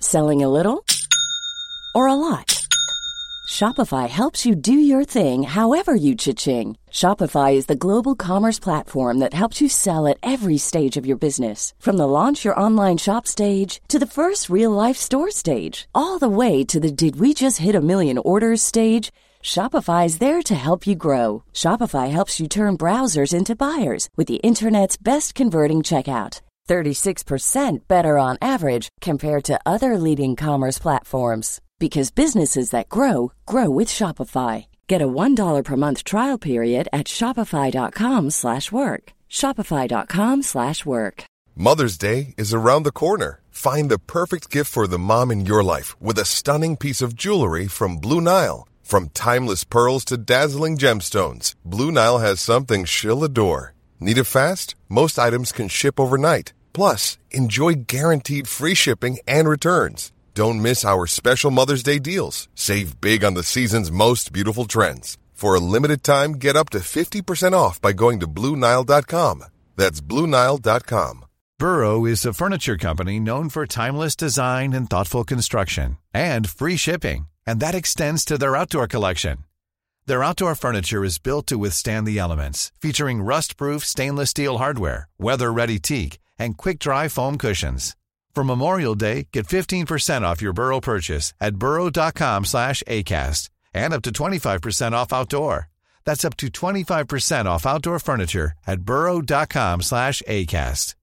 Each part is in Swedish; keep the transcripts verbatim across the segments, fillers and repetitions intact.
Selling a little or a lot? Shopify helps you do your thing however you cha-ching. Shopify is the global commerce platform that helps you sell at every stage of your business. From the launch your online shop stage to the first real-life store stage, all the way to the did we just hit a million orders stage. Shopify is there to help you grow. Shopify helps you turn browsers into buyers with the internet's best converting checkout. thirty-six percent better on average compared to other leading commerce platforms. Because businesses that grow, grow with Shopify. Get a one dollar per month trial period at shopify.com slash work. Shopify.com slash work. Mother's Day is around the corner. Find the perfect gift for the mom in your life with a stunning piece of jewelry from Blue Nile. From timeless pearls to dazzling gemstones, Blue Nile has something she'll adore. Need it fast? Most items can ship overnight. Plus, enjoy guaranteed free shipping and returns. Don't miss our special Mother's Day deals. Save big on the season's most beautiful trends. For a limited time, get up to fifty percent off by going to Blue Nile dot com. That's Blue Nile dot com. Burrow is a furniture company known for timeless design and thoughtful construction, and free shipping, and that extends to their outdoor collection. Their outdoor furniture is built to withstand the elements, featuring rust-proof stainless steel hardware, weather-ready teak, and quick-dry foam cushions. For Memorial Day, get fifteen percent off your Burrow purchase at burrow.com slash ACAST and up to twenty-five percent off outdoor. That's up to twenty-five percent off outdoor furniture at burrow.com slash ACAST.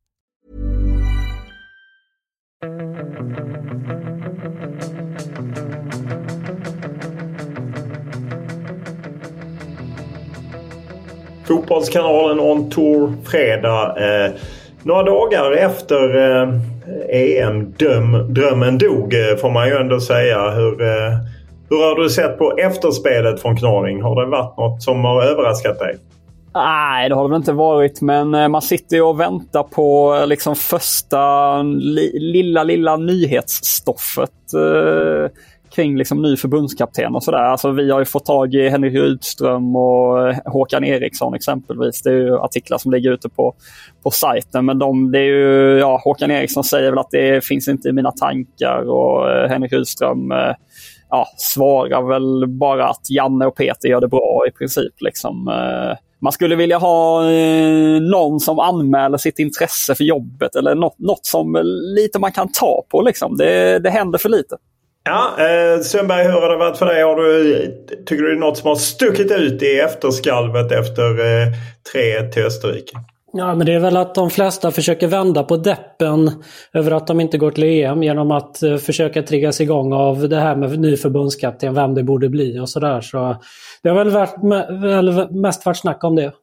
Fotbollskanalen On Tour fredag. Eh, några dagar efter eh, E M-drömmen dog, får man ju ändå säga. Hur, eh, hur har du sett på efterspelet från Knorring? Har det varit något som har överraskat dig? Nej, det har det väl inte varit, men man sitter ju och väntar på liksom första li- lilla, lilla nyhetsstoffet eh, kring liksom ny förbundskapten och sådär. Alltså vi har ju fått tag i Henrik Rydström och Håkan Eriksson exempelvis. Det är ju artiklar som ligger ute på, på sajten, men de, det är ju, ja, Håkan Eriksson säger väl att det finns inte i mina tankar, och eh, Henrik Rydström eh, ja, svarar väl bara att Janne och Peter gör det bra i princip liksom. Eh, Man skulle vilja ha eh, någon som anmäler sitt intresse för jobbet, eller något, något som lite man kan ta på liksom. Det, det händer för lite. Ja, eh, Sundberg, hur har det varit för dig? Har du, tycker du det är något som har stuckit ut i efterskalvet efter eh, tre till Österrike? Ja, men det är väl att de flesta försöker vända på deppen över att de inte går till E M genom att uh, försöka triggas igång av det här med ny förbundskapten, vem det borde bli och sådär. Så det har väl, varit, väl mest varit snack om det.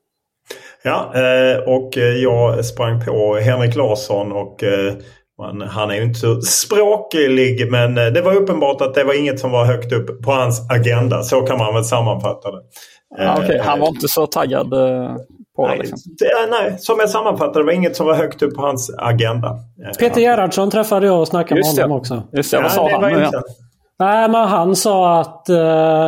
Ja, eh, och jag sprang på Henrik Larsson och eh, man, han är ju inte så språklig, men det var uppenbart att det var inget som var högt upp på hans agenda. Så kan man väl sammanfatta det. Ja, okay. Han var inte så taggad eh, på nej, det, liksom. det. Nej, som jag sammanfattade, det var inget som var högt upp på hans agenda. Peter Gerhardsson träffade jag och snackade med honom också. Just det, vad ja, sa det han nu? Ja. Nej, men han sa att uh,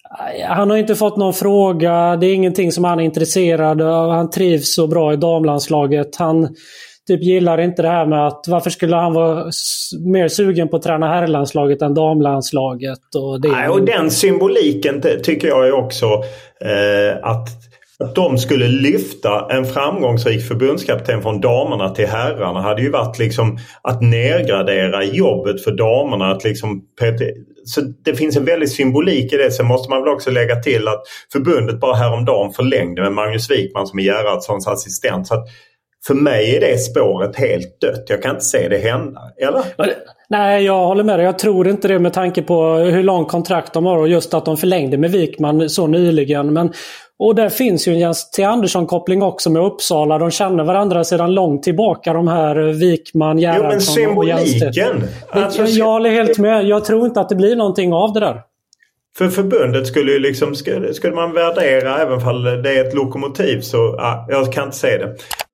han har inte fått någon fråga. Det är ingenting som han är intresserad av. Han trivs så bra i damlandslaget. Han typ gillar inte det här med att varför skulle han vara mer sugen på att träna herrlandslaget än damlandslaget. Och, det... Nej, och den symboliken tycker jag är också eh, att Att de skulle lyfta en framgångsrik förbundskapten från damerna till herrarna hade ju varit liksom att nedgradera jobbet för damerna. Att liksom, så det finns en väldigt symbolik i det. Sen måste man väl också lägga till att förbundet bara häromdagen förlängde med Magnus Wikman som är Gerhardssons assistent. Så att för mig är det spåret helt dött. Jag kan inte se det hända, eller? Nej, jag håller med dig. Jag tror inte det med tanke på hur lång kontrakt de har och just att de förlängde med Wikman så nyligen. Men, och där finns ju en Jens T. Andersson-koppling också med Uppsala. De känner varandra sedan långt tillbaka, de här Wikman, Gerhardsson jo, men och symboliken! Alltså, jag, jag håller helt med. Jag tror inte att det blir någonting av det där. För förbundet skulle ju liksom, skulle, skulle man värdera även fall det är ett lokomotiv, så ah, jag kan inte se det.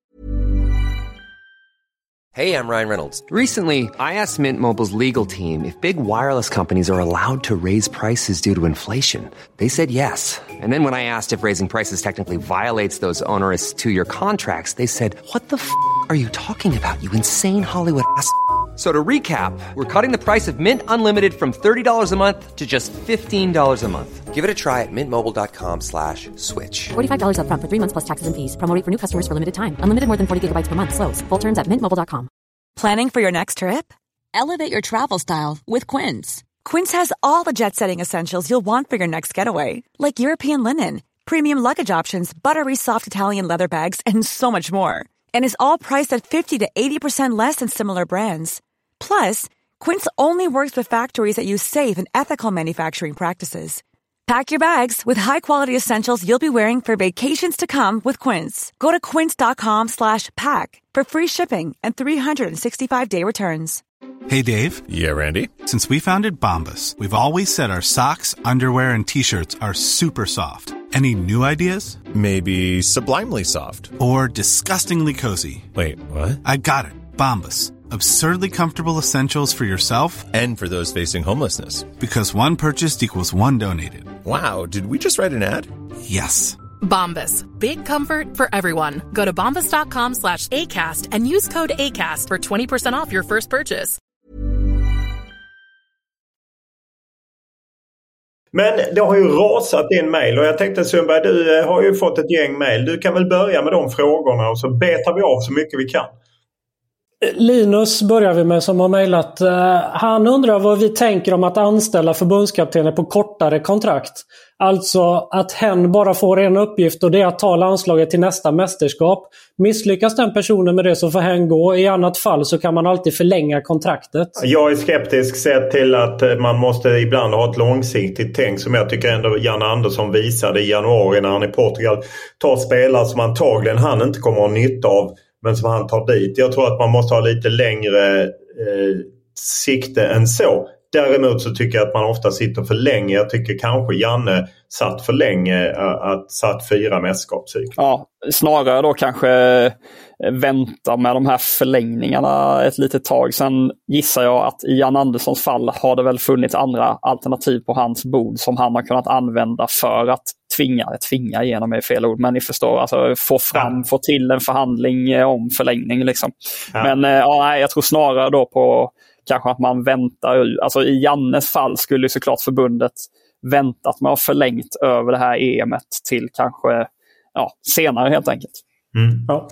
Hey, I'm Ryan Reynolds. Recently, I asked Mint Mobile's legal team if big wireless companies are allowed to raise prices due to inflation. They said yes. And then when I asked if raising prices technically violates those onerous two-year contracts, they said, what the f*** are you talking about, you insane Hollywood ass f- So to recap, we're cutting the price of Mint Unlimited from thirty dollars a month to just fifteen dollars a month. Give it a try at mintmobile.com slash switch. forty-five dollars up front for three months plus taxes and fees. Promo rate for new customers for limited time. Unlimited more than forty gigabytes per month. Slows full terms at mint mobile dot com. Planning for your next trip? Elevate your travel style with Quince. Quince has all the jet-setting essentials you'll want for your next getaway, like European linen, premium luggage options, buttery soft Italian leather bags, and so much more. And is all priced at fifty to eighty percent less than similar brands. Plus, Quince only works with factories that use safe and ethical manufacturing practices. Pack your bags with high-quality essentials you'll be wearing for vacations to come with Quince. Go to quince.com slash pack for free shipping and three sixty-five day returns. Hey, Dave. Yeah, Randy. Since we founded Bombas, we've always said our socks, underwear, and T-shirts are super soft. Any new ideas? Maybe sublimely soft. Or disgustingly cozy. Wait, what? I got it. Bombas. Absurdly comfortable essentials for yourself and for those facing homelessness. Because one purchased equals one donated. Wow, did we just write an ad? Yes. Bombas. Big comfort for everyone. Go to bombas.com slash ACAST and use code ACAST for twenty percent off your first purchase. Men det har ju rasat in mejl och jag tänkte Sundberg, du har ju fått ett gäng mejl. Du kan väl börja med de frågorna och så betar vi av så mycket vi kan. Linus börjar vi med som har mejlat. Han undrar vad vi tänker om att anställa förbundskaptener på kortare kontrakt. Alltså att hen bara får en uppgift och det är att ta landslaget till nästa mästerskap. Misslyckas den personen med det så får hen gå. I annat fall så kan man alltid förlänga kontraktet. Jag är skeptisk sett till att man måste ibland ha ett långsiktigt tänk som jag tycker ändå Jan Andersson visade i januari när han i Portugal tar spelare som antagligen han inte kommer att ha nytta av. Men som han tar dit. Jag tror att man måste ha lite längre eh, sikte än så. Däremot så tycker jag att man ofta sitter för länge. Jag tycker kanske Janne satt för länge. Att satt fyra mästerskapscykler. Ja, snarare då kanske vänta med de här förlängningarna ett litet tag. Sen gissar jag att i Jan Anderssons fall har det väl funnits andra alternativ på hans bord som han har kunnat använda för att tvinga, tvinga igenom är fel ord, men ni förstår, alltså få fram, ja. få till en förhandling om förlängning liksom. Ja. Men ja, jag tror snarare då på kanske att man väntar, alltså i Jannes fall skulle såklart förbundet väntat med att ha förlängt över det här E M:et till kanske ja, senare helt enkelt. Mm. Ja.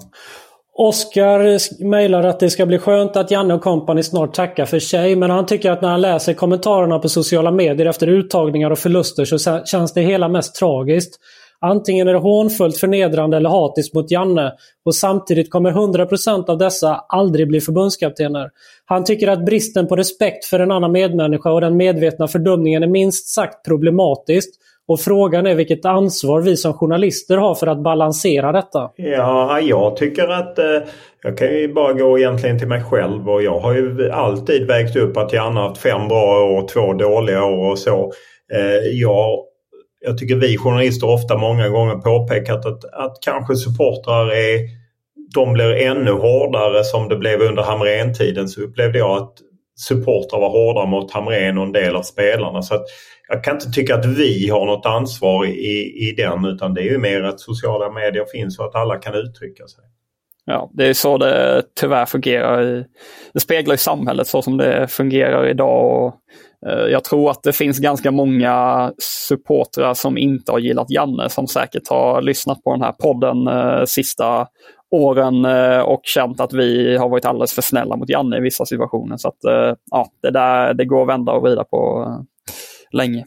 Oskar mejlar att det ska bli skönt att Janne och kompani snart tackar för sig, men han tycker att när han läser kommentarerna på sociala medier efter uttagningar och förluster så känns det hela mest tragiskt. Antingen är det hånfullt, förnedrande eller hatiskt mot Janne och samtidigt kommer hundra procent av dessa aldrig bli förbundskaptener. Han tycker att bristen på respekt för en annan medmänniska och den medvetna fördumningen är minst sagt problematiskt. Och frågan är vilket ansvar vi som journalister har för att balansera detta. Ja, jag tycker att eh, jag kan ju bara gå egentligen till mig själv. Och jag har ju alltid vägt upp att jag har haft fem bra år och två dåliga år och så. Eh, jag, jag tycker vi journalister ofta många gånger påpekat att, att kanske supportrar är, de blir ännu hårdare som det blev under Hamrén-tiden. Så upplevde jag att supportrar var hårdare mot Hamrén och en del av spelarna. Så att jag kan inte tycka att vi har något ansvar i, i den, utan det är ju mer att sociala medier finns och att alla kan uttrycka sig. Ja, det är så det tyvärr fungerar. I, det speglar i samhället så som det fungerar idag. Och, eh, jag tror att det finns ganska många supportrar som inte har gillat Janne, som säkert har lyssnat på den här podden eh, sista åren eh, och känt att vi har varit alldeles för snälla mot Janne i vissa situationer. Så att eh, ja, det där det går att vända och vrida på eh, länge.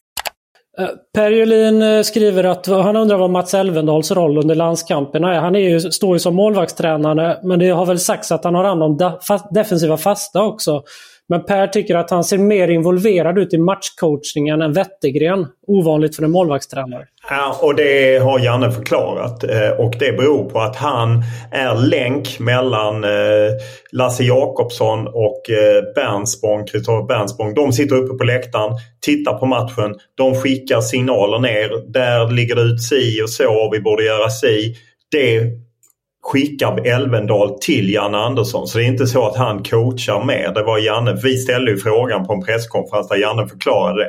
Per Julin skriver att han undrar vad Mats Elvendals roll under landskamperna är. Han är ju, står ju som målvaktstränare, men det har väl sagts att han har hand om defensiva fasta också. Men Per tycker att han ser mer involverad ut i matchcoachningen än Wettergren. Ovanligt för en målvaktstränare. Ja, och det har Janne förklarat. Och det beror på att han är länk mellan Lasse Jakobsson och Bernsborn, Kristoffer Bernsborn. De sitter uppe på läktaren, tittar på matchen. De skickar signaler ner. Där ligger det ut si och så, och vi borde göra si. Det skickar Elvendal till Janne Andersson. Så det är inte så att han coachar med. Det var Janne. Vi ställde ju frågan på en presskonferens där Janne förklarade det.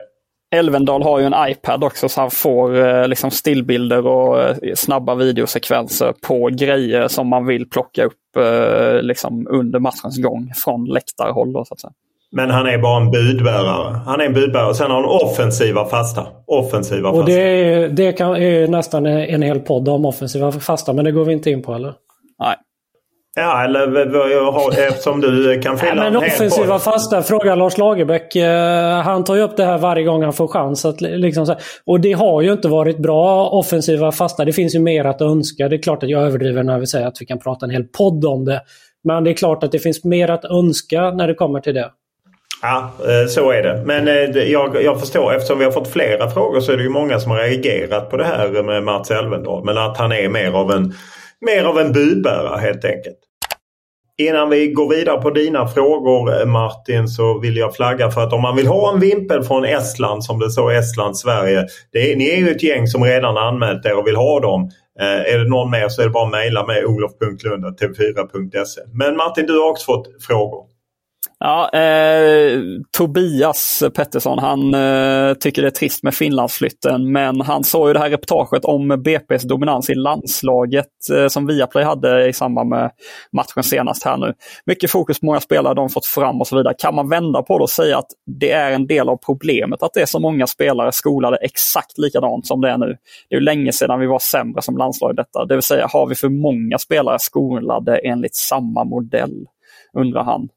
Elvendal har ju en iPad också, så han får liksom stillbilder och snabba videosekvenser på grejer som man vill plocka upp liksom under matchens gång från läktarhåll då, så att säga. Men han är bara en budbärare. Han är en budbärare. Sen har han offensiva fasta. Offensiva och fasta. det, är, det kan, är nästan en hel podd om offensiva fasta, men det går vi inte in på, eller? Nej. Ja, eller eftersom du kan fylla Nej, men offensiva fasta, frågar Lars Lagerbäck. Han tar ju upp det här varje gång han får chans. Att, liksom, och det har ju inte varit bra offensiva fasta. Det finns ju mer att önska. Det är klart att jag överdriver när vi säger att vi kan prata en hel podd om det. Men det är klart att det finns mer att önska när det kommer till det. Ja, så är det. Men jag, jag förstår, eftersom vi har fått flera frågor så är det ju många som har reagerat på det här med Mats Elvendal. Men att han är mer av en, mer av en budbärare helt enkelt. Innan vi går vidare på dina frågor, Martin, så vill jag flagga för att om man vill ha en vimpel från Estland, som det så Estland, Sverige, det är, ni är ju ett gäng som redan anmält er och vill ha dem. Eh, är det någon mer så är det bara att mejla med olof punkt lund snabel-a t v fyra punkt se. Men Martin, du har också fått frågor. Ja, eh, Tobias Pettersson, han eh, tycker det är trist med Finlandsflytten, men han såg ju det här reportaget om B P:s dominans i landslaget eh, som Viaplay hade i samband med matchen senast här nu. Mycket fokus på många spelare de fått fram och så vidare. Kan man vända på det och säga att det är en del av problemet att det är så många spelare skolade exakt likadant som det är nu? Det är ju länge sedan vi var sämre som landslag i detta. Det vill säga, har vi för många spelare skolade enligt samma modell, undrar han.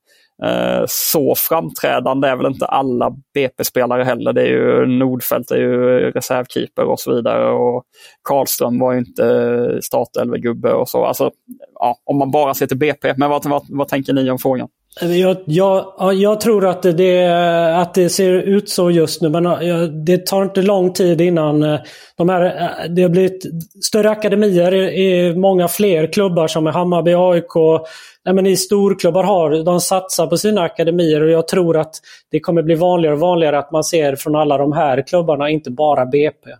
Så framträdande är väl inte alla B P-spelare heller. Det är ju Nordfeldt är ju reservkeeper och så vidare, och Karlström var ju inte startelvegubbe och så. Alltså, ja, om man bara ser till B P. Men vad, vad, vad tänker ni om frågan? Jag, jag, jag tror att det, att det ser ut så just nu, men det tar inte lång tid innan de här, det har blivit större akademier i många fler klubbar som är Hammarby, A I K. Nej, men i storklubbar har de satsar på sina akademier, och jag tror att det kommer bli vanligare och vanligare att man ser från alla de här klubbarna, inte bara B P.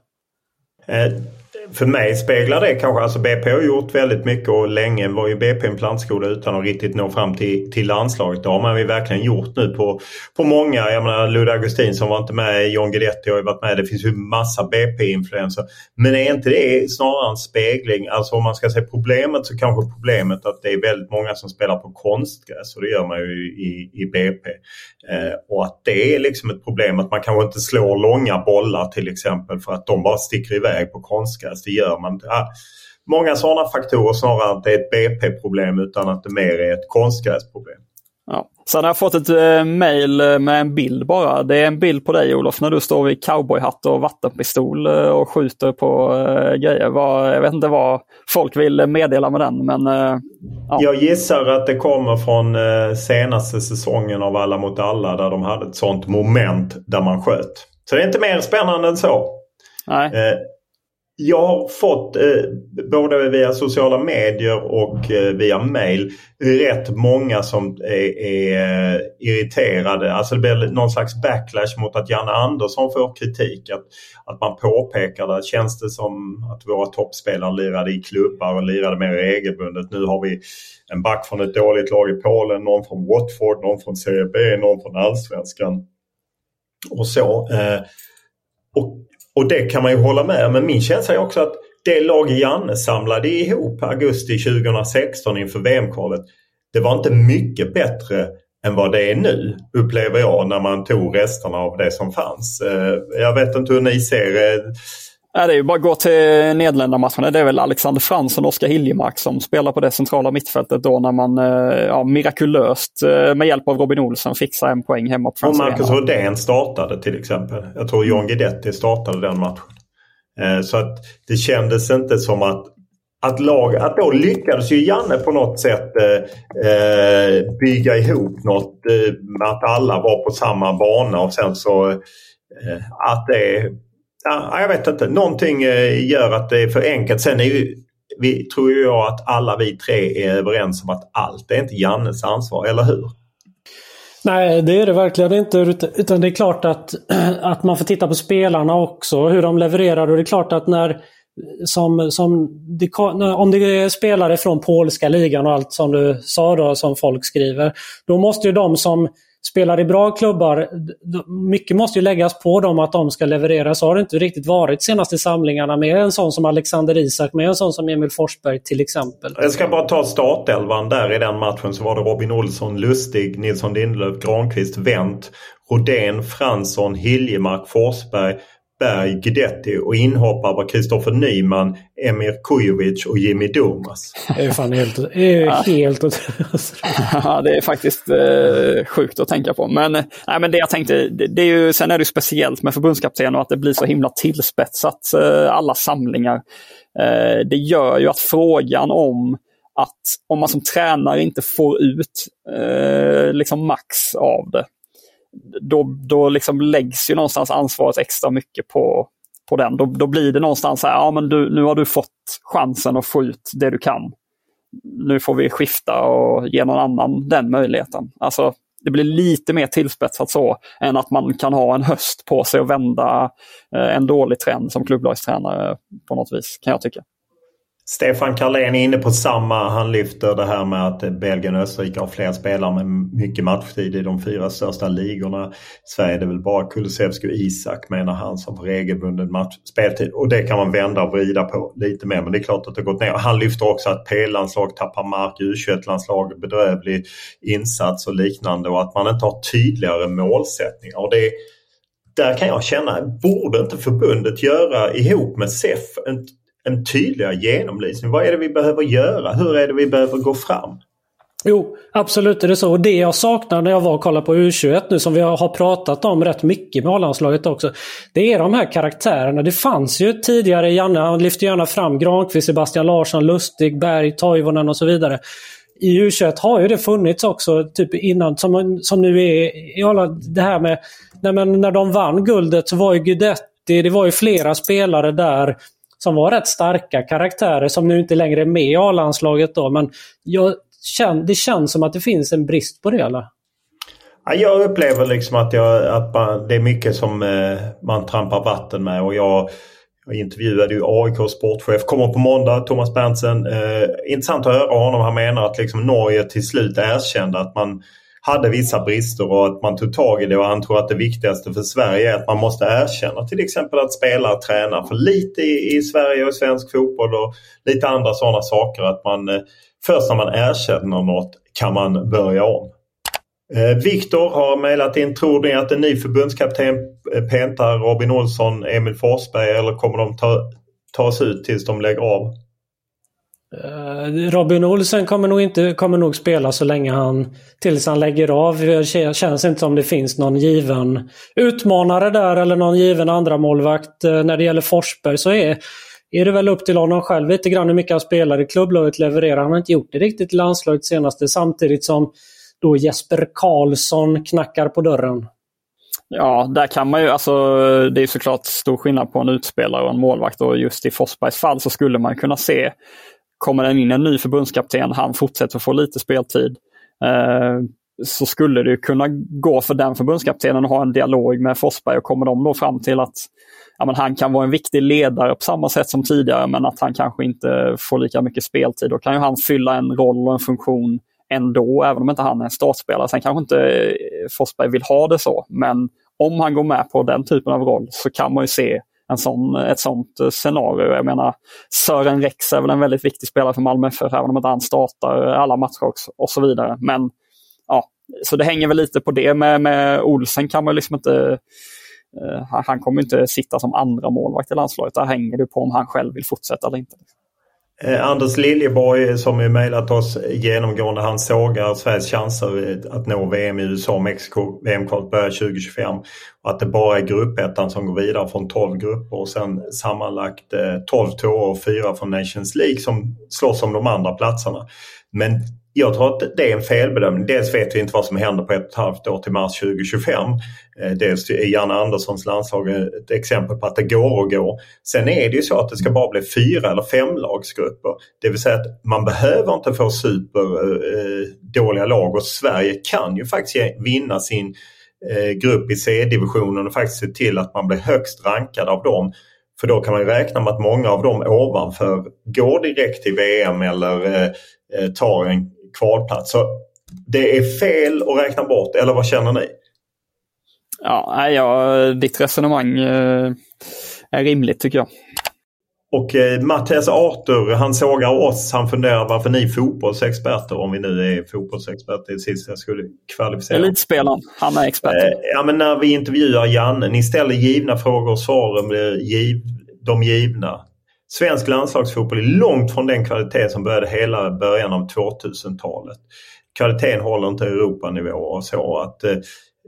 Eh, för mig speglar det kanske, alltså B P har gjort väldigt mycket och länge var ju B P en plantskola utan att riktigt nå fram till, till landslaget. Det har man ju verkligen gjort nu på, på många. Jag menar, Ludde Augustin som var inte med, John Guidetti har ju varit med. Det finns ju massa B P-influenser. Men är inte det snarare en spegling? Alltså om man ska se problemet, så kanske problemet att det är väldigt många som spelar på konstgräs, och det gör man ju i, i B P. Eh, och att det är liksom ett problem att man kanske inte slår långa bollar till exempel för att de bara sticker iväg på konstgräs. Det gör man inte. Ja, många sådana faktorer snarare att det är ett B P-problem utan att det mer är ett konstgräsproblem. Ja. Sen har jag fått ett äh, mejl med en bild bara. Det är en bild på dig, Olof, när du står i cowboyhatt och vattenpistol äh, och skjuter på äh, grejer. Vad, jag vet inte vad folk vill meddela med den, men äh, ja. Jag gissar att det kommer från äh, senaste säsongen av Alla mot alla, där de hade ett sånt moment där man sköt. Så det är inte mer spännande än så. Nej. Äh, Jag har fått eh, både via sociala medier och eh, via mail rätt många som är, är irriterade. Alltså det blir någon slags backlash mot att Janne Andersson får kritik. Att, att man påpekar det. Känns det som att våra toppspelare lirade i klubbar och lirade mer regelbundet. Nu har vi en back från ett dåligt lag i Polen, någon från Watford, någon från Serie B, någon från Allsvenskan. Och så. Eh, och Och det kan man ju hålla med, men min känsla är också att det lag Janne samlade ihop augusti tjugohundrasexton inför V M-kvalet, det var inte mycket bättre än vad det är nu, upplever jag, när man tog resterna av det som fanns. Jag vet inte hur ni ser det. Ja, det är ju bara att gå till Nederländermatcherna. Det är väl Alexander Fransson och Oskar Hiljemark som spelar på det centrala mittfältet då, när man ja, mirakulöst med hjälp av Robin Olsen fixar en poäng hemma på Frans Arena. Och Marcus Rodén startade till exempel. Jag tror John Guidetti startade den matchen. Så att det kändes inte som att att lag, att då lyckades ju Janne på något sätt eh, bygga ihop något eh, med att alla var på samma bana, och sen så eh, att det ja, jag vet inte, någonting gör att det är för enkelt. Sen är ju, vi tror ju jag att alla vi tre är överens om att allt är inte Jannes ansvar, eller hur? Nej, det är det verkligen inte, utan det är klart att, att man får titta på spelarna också, hur de levererar, och det är klart att när som, som det, om det är spelare från polska ligan och allt som du sa då, som folk skriver, då måste ju de som spelar i bra klubbar, mycket måste ju läggas på dem att de ska leverera. Så har det inte riktigt varit senaste samlingarna med en sån som Alexander Isak, med en sån som Emil Forsberg till exempel. Jag ska bara ta startelvan där i den matchen. Så var det Robin Olsson, Lustig, Nilsson Lindelöf, Granqvist, Wendt, Rodén, Fransson, Hiljemark, Forsberg, Berg, Guidetti, och inhoppare var Kristoffer Nyman, Emir Kujovic och Jimmy Domas. Det är fan helt, det är helt ja, det är faktiskt eh, sjukt att tänka på. Men, nej, men det jag tänkte, det, det är ju, sen är det speciellt med förbundskapten och att det blir så himla tillspetsat eh, alla samlingar. Eh, det gör ju att frågan om att om man som tränare inte får ut eh, liksom max av det, då, då liksom läggs ju någonstans ansvaret extra mycket på, på den. Då, då blir det någonstans så här, ja men du, nu har du fått chansen att få ut det du kan. Nu får vi skifta och ge någon annan den möjligheten. Alltså det blir lite mer tillspetsat så än att man kan ha en höst på sig och vända eh, en dålig trend som klubblagstränare på något vis, kan jag tycka. Stefan Karlén är inne på samma. Han lyfter det här med att Belgien och Österrike har fler spelare med mycket matchtid i de fyra största ligorna. Sverige är det väl bara Kulusevski och Isak, menar han, som får regelbunden matchspeltid. Och det kan man vända och vrida på lite mer, men det är klart att det har gått ner. Han lyfter också att P L-landslag tappar mark, U tjugoett-landslag, bedrövlig insats och liknande, och att man inte har tydligare målsättningar. Och det, där kan jag känna, borde inte förbundet göra ihop med S E F en en tydligare genomlysning? Vad är det vi behöver göra? Hur är det vi behöver gå fram? Jo, absolut är det så. Och det jag saknar när jag var och kollade på U tjugoett nu, som vi har pratat om rätt mycket med A-landslaget också, det är de här karaktärerna. Det fanns ju tidigare, Janne, han lyfte gärna fram Granqvist, Sebastian Larsson, Lustig, Berg, Toivonen och så vidare. I U tjugoett har ju det funnits också typ innan, som, som nu är i alla det här med när, men, när de vann guldet så var ju Guidetti, det var ju flera spelare där som var rätt starka karaktärer som nu inte längre är med i A-landslaget då, men jag känner, det känns som att det finns en brist på det, eller? Ja, jag upplever liksom att, jag, att man, det är mycket som eh, man trampar vatten med, och jag, jag intervjuade ju A I K sportchef, kommer på måndag, Thomas Berntsen. Eh, intressant att höra honom. Han menar att liksom Norge till slut erkände att man hade vissa brister och att man tog tag i det, och han tror att det viktigaste för Sverige är att man måste erkänna till exempel att spelare tränar för lite i, i Sverige och svensk fotboll och lite andra sådana saker, att man eh, först när man erkänner något kan man börja om. Eh, Viktor har mejlat in, tror ni att en ny förbundskapten pentar Robin Olsson, Emil Forsberg, eller kommer de ta, ta sig ut tills de lägger av? Robin Olsen kommer nog inte kommer nog spela så länge han tills han lägger av. Det känns inte som det finns någon given utmanare där eller någon given andra målvakt. När det gäller Forsberg så är, är det väl upp till honom själv lite grann hur mycket han spelar i klubblaget, levererar. Han har inte gjort det riktigt i landslaget senaste, samtidigt som då Jesper Karlsson knackar på dörren. Ja, där kan man ju, alltså det är såklart stor skillnad på en utspelare och en målvakt, och just i Forsbergs fall så skulle man kunna se, kommer den in en ny förbundskapten, han fortsätter att få lite speltid, eh, så skulle det kunna gå för den förbundskaptenen att ha en dialog med Forsberg, och kommer de då fram till att ja, men han kan vara en viktig ledare på samma sätt som tidigare, men att han kanske inte får lika mycket speltid, då kan ju han fylla en roll och en funktion ändå, även om inte han är en startspelare. Sen kanske inte Forsberg vill ha det så, men om han går med på den typen av roll så kan man ju se en sån, ett sånt scenario. Jag menar, Sören Rex är väl en väldigt viktig spelare för Malmö F F, även om inte han startar alla matcher också, och så vidare. Men ja, så det hänger väl lite på det. Med, med Olsen kan man liksom inte, eh, han kommer inte sitta som andra målvakt i landslaget. Där hänger det på om han själv vill fortsätta eller inte. Eh, Anders Liljeborg, som har mejlat oss genomgående, han sågar Sveriges chanser att nå V M i U S A och Mexiko. V M-kvalet börjar tjugo tjugofem, och att det bara är gruppettan som går vidare från tolv grupper, och sen sammanlagt eh, tolv tour och fyra från Nations League som slåss om de andra platserna. Men jag tror att det är en felbedömning. Dels vet vi inte vad som händer på ett och ett halvt år till mars tjugo tjugofem. Dels är Janne Anderssons landslag ett exempel på att det går och går. Sen är det ju så att det ska bara bli fyra eller fem lagsgrupper. Det vill säga att man behöver inte få super eh, dåliga lag, och Sverige kan ju faktiskt vinna sin eh, grupp i C-divisionen och faktiskt se till att man blir högst rankad av dem. För då kan man ju räkna med att många av dem ovanför går direkt till V M eller eh, tar en kvalplats. Så det är fel att räkna bort, eller vad känner ni? Ja, ja ditt resonemang eh, är rimligt tycker jag. Och eh, Mattias Arthur, han sågar oss, han funderar varför ni är fotbollsexperter, om vi nu är fotbollsexperter, det sista jag skulle kvalificera. Elitspelaren, han är expert. Eh, ja, men när vi intervjuar Janne, ni ställer givna frågor och svaren blir giv, de givna. Svensk landslagsfotboll är långt från den kvalitet som började hela början av tvåtusentalet. Kvaliteten håller inte Europanivå och så att eh,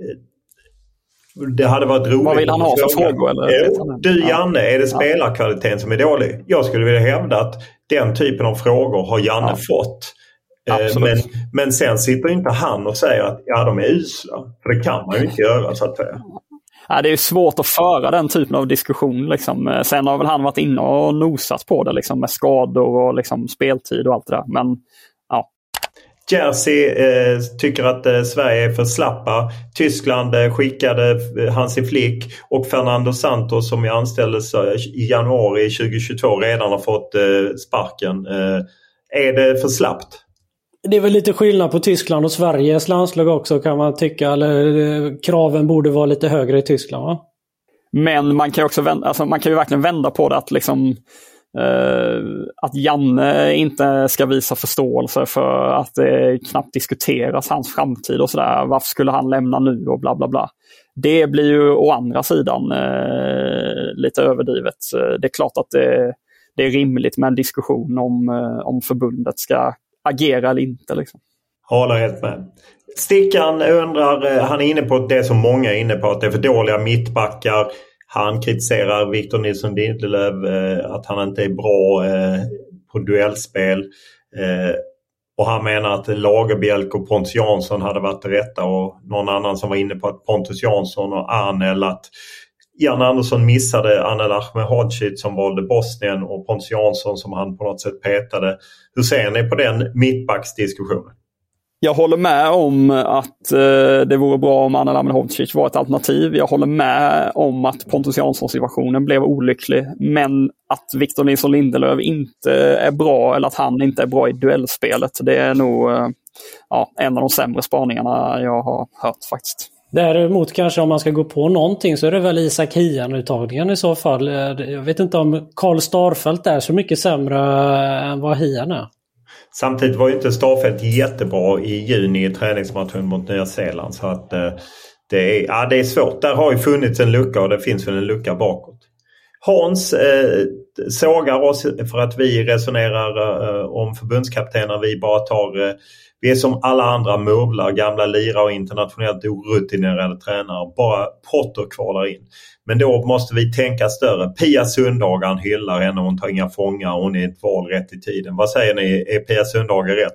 det hade varit roligt. Vad vill han ha för frågor? Eller? Jo, du Janne, är det spelarkvaliteten som är dålig? Jag skulle vilja hävda att den typen av frågor har Janne ja. fått. Eh, men, men sen sitter inte han och säger att ja, de är usla. För det kan man ju inte göra så att säga. Ja, det är ju svårt att föra den typen av diskussion. Liksom. Sen har väl han varit inne och nosat på det liksom, med skador och liksom, speltid och allt det där. Men ja. Jersey eh, tycker att eh, Sverige är för slappa. Tyskland eh, skickade eh, Hansi Flick och Fernando Santos som ju anställdes eh, i januari tjugohundratjugotvå redan har fått eh, sparken. Eh, är det för slappt? Det är väl lite skillnad på Tyskland och Sveriges landslag också kan man tycka. Eller, eh, kraven borde vara lite högre i Tyskland, va? Men man kan ju också vända, alltså, man kan ju verkligen vända på det att liksom Uh, att Janne inte ska visa förståelse för att det knappt diskuteras hans framtid och sådär. Varför skulle han lämna nu och bla bla bla. Det blir ju å andra sidan uh, lite överdrivet. Uh, det är klart att det, det är rimligt med en diskussion om, uh, om förbundet ska agera eller inte. Liksom. Håller helt med. Stickan undrar, han är inne på det som många är inne på, att det är för dåliga mittbackar. Han kritiserar Victor Nilsson Lindelöf eh, att han inte är bra eh, på duellspel. Eh, och han menar att Lagerbielke och Pontus Jansson hade varit det rätta. Och någon annan som var inne på att Pontus Jansson och Arnel, att Jan Andersson missade Anel Ahmedhodzic som valde Bosnien och Pontus Jansson som han på något sätt petade. Hur ser ni på den mittbacksdiskussionen? Jag håller med om att eh, det vore bra om Anel Ahmedhodzic var ett alternativ. Jag håller med om att Pontus Jansson-situationen blev olycklig. Men att Victor Nilsson Lindelöf inte är bra, eller att han inte är bra i duellspelet, det är nog eh, ja, en av de sämre spaningarna jag har hört faktiskt. Däremot kanske om man ska gå på någonting så är det väl Isak Hien-uttagningen i så fall. Jag vet inte om Karl Starfelt är så mycket sämre än vad Hien är. Samtidigt var ju inte Starfelt jättebra i juni i träningsmatchen mot Nya Zeeland. Så att eh, det, är, ja, det är svårt. Där har ju funnits en lucka och det finns väl en lucka bakåt. Hans eh, sågar oss för att vi resonerar eh, om förbundskaptener. Vi bara tar... Eh, vi är som alla andra murvlar, gamla lira och internationellt orutinerade tränare. Bara Potter kvalar in. Men då måste vi tänka större. Pia Sundhagen hyllar henne, hon tar inga fångar, hon är ett val rätt i tiden. Vad säger ni, är Pia Sundhagen rätt?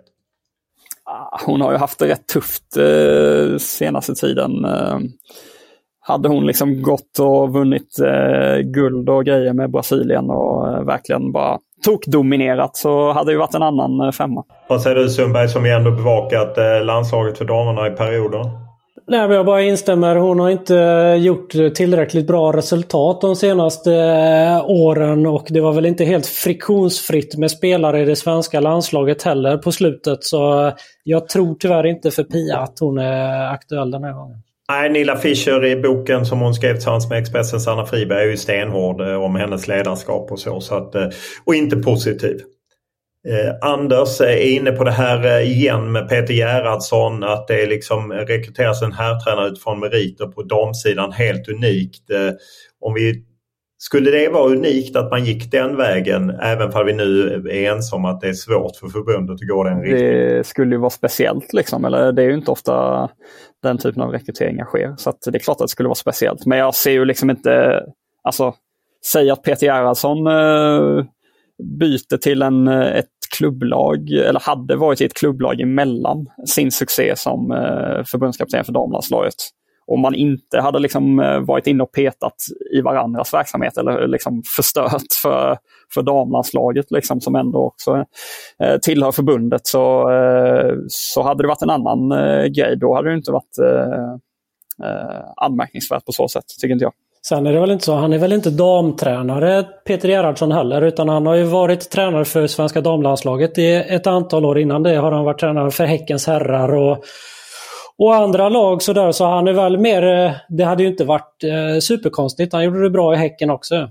Hon har ju haft det rätt tufft eh, senaste tiden. Eh, hade hon liksom gått och vunnit eh, guld och grejer med Brasilien och eh, verkligen bara tokdominerat, så hade det varit en annan eh, femma. Vad säger du Sundberg, som ändå bevakat eh, landslaget för damerna i perioder? Nej, men jag bara instämmer. Hon har inte gjort tillräckligt bra resultat de senaste åren och det var väl inte helt friktionsfritt med spelare i det svenska landslaget heller på slutet. Så jag tror tyvärr inte för Pia att hon är aktuell den här gången. Nej, Nilla Fischer i boken som hon skrev tillsammans med Expressens Anna Friberg är ju stenhård om hennes ledarskap och så. så att, och inte positiv. Eh, Anders är inne på det här igen med Peter Gerhardsson, att det liksom rekryteras en herrtränare utifrån meriter på damsidan, helt unikt. Eh, om vi, skulle det vara unikt att man gick den vägen, även för vi nu är ensamma att det är svårt för förbundet att gå den riktningen? Det skulle ju vara speciellt liksom, eller det är ju inte ofta den typen av rekryteringar sker, så att det är klart att det skulle vara speciellt. Men jag ser ju liksom inte, alltså säga att Peter Gerhardsson eh, byter till en, ett klubblag, eller hade varit i ett klubblag emellan sin succé som eh, förbundskapten för damlandslaget, om man inte hade liksom varit inne och petat i varandras verksamhet eller liksom förstört för, för damlandslaget liksom, som ändå också eh, tillhör förbundet, så, eh, så hade det varit en annan eh, grej. Då hade det inte varit eh, eh, anmärkningsvärt på så sätt, tycker inte jag. Sen är det väl inte så, han är väl inte damtränare Peter Gerhardsson heller, utan han har ju varit tränare för svenska damlandslaget i ett antal år. Innan det har han varit tränare för Häckens herrar och, och andra lag så där, så han är väl mer, det hade ju inte varit eh, superkonstigt, han gjorde det bra i Häcken också.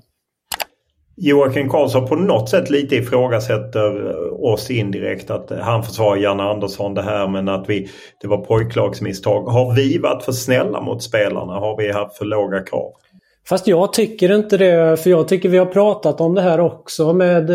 Joakim Karlsson på något sätt lite ifrågasätter oss indirekt, att han försvarar Janne Andersson det här, men att vi, det var pojklagsmisstag. Har vi varit för snälla mot spelarna? Har vi haft för låga krav? Fast jag tycker inte det, för jag tycker vi har pratat om det här också med,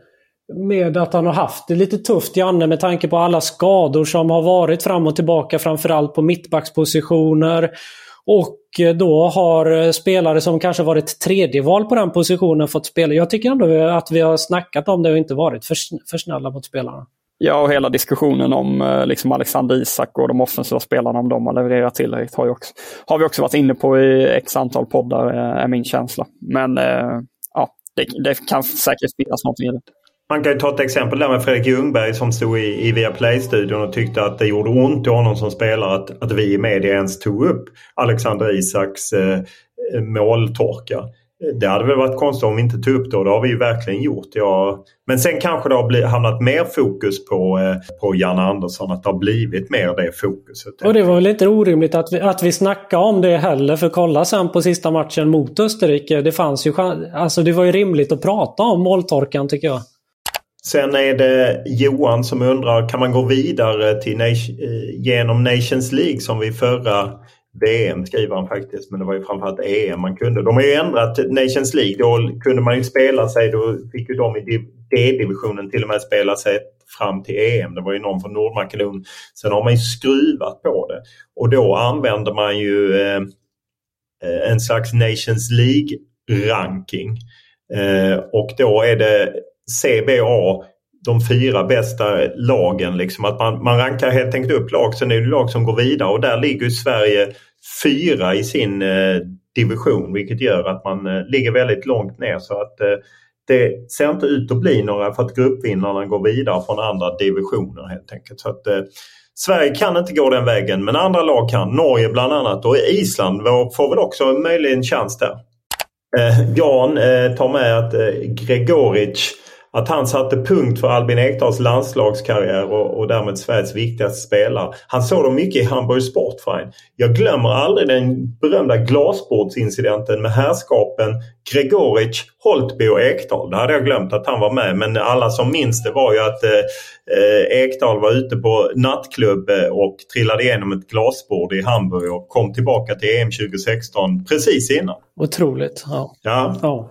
med att han har haft det lite tufft, Janne, med tanke på alla skador som har varit fram och tillbaka, framförallt på mittbackspositioner. Och då har spelare som kanske varit tredje val på den positionen fått spela. Jag tycker ändå att vi har snackat om det och inte varit för, för snälla mot spelarna. Ja, och hela diskussionen om liksom Alexander Isak och de offensiva spelarna, om de har levererat tillräckligt, har, också, har vi också varit inne på i x antal poddar, är min känsla. Men eh, ja, det, det kan säkert finnas något i det. Man kan ju ta ett exempel där med Fredrik Ljungberg som stod i, i Viaplay-studion och tyckte att det gjorde ont i honom som spelare att, att vi i media ens tog upp Alexander Isaks eh, måltorka. Det hade väl varit konstigt om vi inte tog upp det, och det har vi ju verkligen gjort. Ja. Men sen kanske det har blivit, hamnat mer fokus på, eh, på Janne Andersson, att det har blivit mer det fokuset. Och det var väl inte orimligt att vi, att vi snackade om det heller, för kolla sen på sista matchen mot Österrike. Det fanns ju, alltså det var ju rimligt att prata om måltorkan, tycker jag. Sen är det Johan som undrar, kan man gå vidare till genom Nations League som vi förra V M, skriver han faktiskt, men det var ju framförallt E M man kunde. De har ju ändrat Nations League, då kunde man ju spela sig, då fick ju de i D-divisionen till och med spela sig fram till E M. Det var ju någon från Nordmakedonien. Sen har man ju skruvat på det, och då använder man ju eh, en slags Nations League-ranking. Eh, och då är det C B A, de fyra bästa lagen, liksom att man, man rankar helt enkelt upp lag, sen är det lag som går vidare, och där ligger ju Sverige fyra i sin eh, division, vilket gör att man eh, ligger väldigt långt ner, så att eh, det ser inte ut att bli några, för att gruppvinnarna går vidare från andra divisioner helt enkelt. Så att eh, Sverige kan inte gå den vägen, men andra lag kan, Norge bland annat, och Island får väl också möjligen en chans där. Eh, Jan eh, tar med att eh, Gregoric, att han satte punkt för Albin Ekdals landslagskarriär och, och därmed Sveriges viktigaste spelare. Han såg dem mycket i Hamburg Sportverein. Jag glömmer aldrig den berömda glasbordsincidenten med herrskapen Gregoric, Holtby och Ekdal. Det hade jag glömt att han var med, men alla som minns det var ju att eh, Ekdal var ute på nattklubb och trillade igenom ett glasbord i Hamburg och kom tillbaka till E M tjugo sexton precis innan. Otroligt, ja. Ja. ja.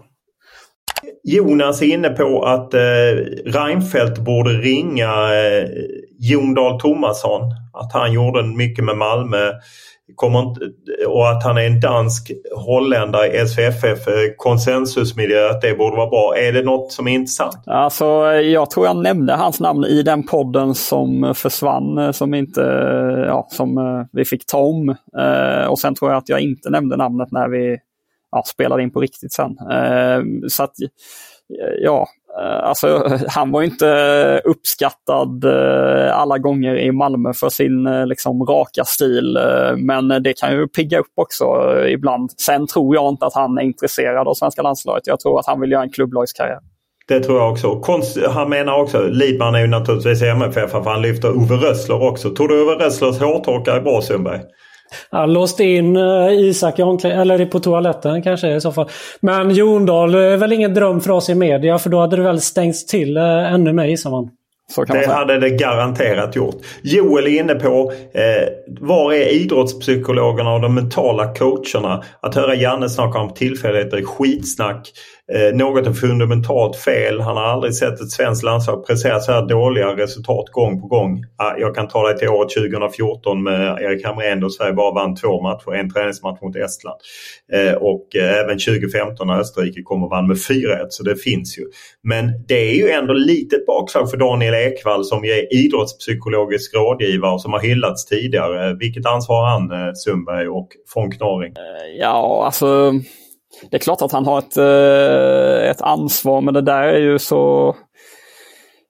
Jonas är inne på att eh, Reinfeldt borde ringa eh, Jon Dahl Tomasson. Att han gjorde mycket med Malmö. Kommer inte, och att han är en dansk holländare i S V F F eh, konsensusmiljö, att det borde vara bra. Är det något som är intressant? Alltså, jag tror jag nämnde hans namn i den podden som försvann, som inte, ja, som vi fick ta om. Eh, och sen tror jag att jag inte nämnde namnet när vi Ja, spelade in på riktigt sen. Eh, så att, ja, alltså han var inte uppskattad eh, alla gånger i Malmö för sin eh, liksom raka stil. Eh, men det kan ju pigga upp också eh, ibland. Sen tror jag inte att han är intresserad av svenska landslaget. Jag tror att han vill göra en klubblagskarriär. Det tror jag också. Konst, han menar också, Lidman är ju naturligtvis M F F, för han lyfter Ove Rössler också. Tror du Ove Rösslers hårtorkar är bra, Sundberg? Han låste in uh, Isak i omklä- eller på toaletten kanske i så fall. Men Jon Dahl är väl ingen dröm för oss i media, för då hade det väl stängts till uh, ännu mer, gissar man. Så kan man det säga. Hade det garanterat gjort. Joel är inne på eh, var är idrottspsykologerna och de mentala coacherna? Att höra Janne snacka om tillfälligheter, skitsnack. Eh, något är fundamentalt fel. Han har aldrig sett ett svenskt landslag prestera så här dåliga resultat gång på gång. Ah, jag kan ta dig till året tjugo fjorton med Erik Hamrén, då Sverige bara vann två matcher. En träningsmatch mot Estland. Eh, och eh, även tjugo femton när Österrike kom och vann med fyra ett. Så det finns ju. Men det är ju ändå litet bakslag för Daniel Ekvall som är idrottspsykologisk rådgivare och som har hyllats tidigare. Vilket ansvar har han, Sundberg och von Knorring? Ja, alltså det är klart att han har ett, ett ansvar, men det där är ju så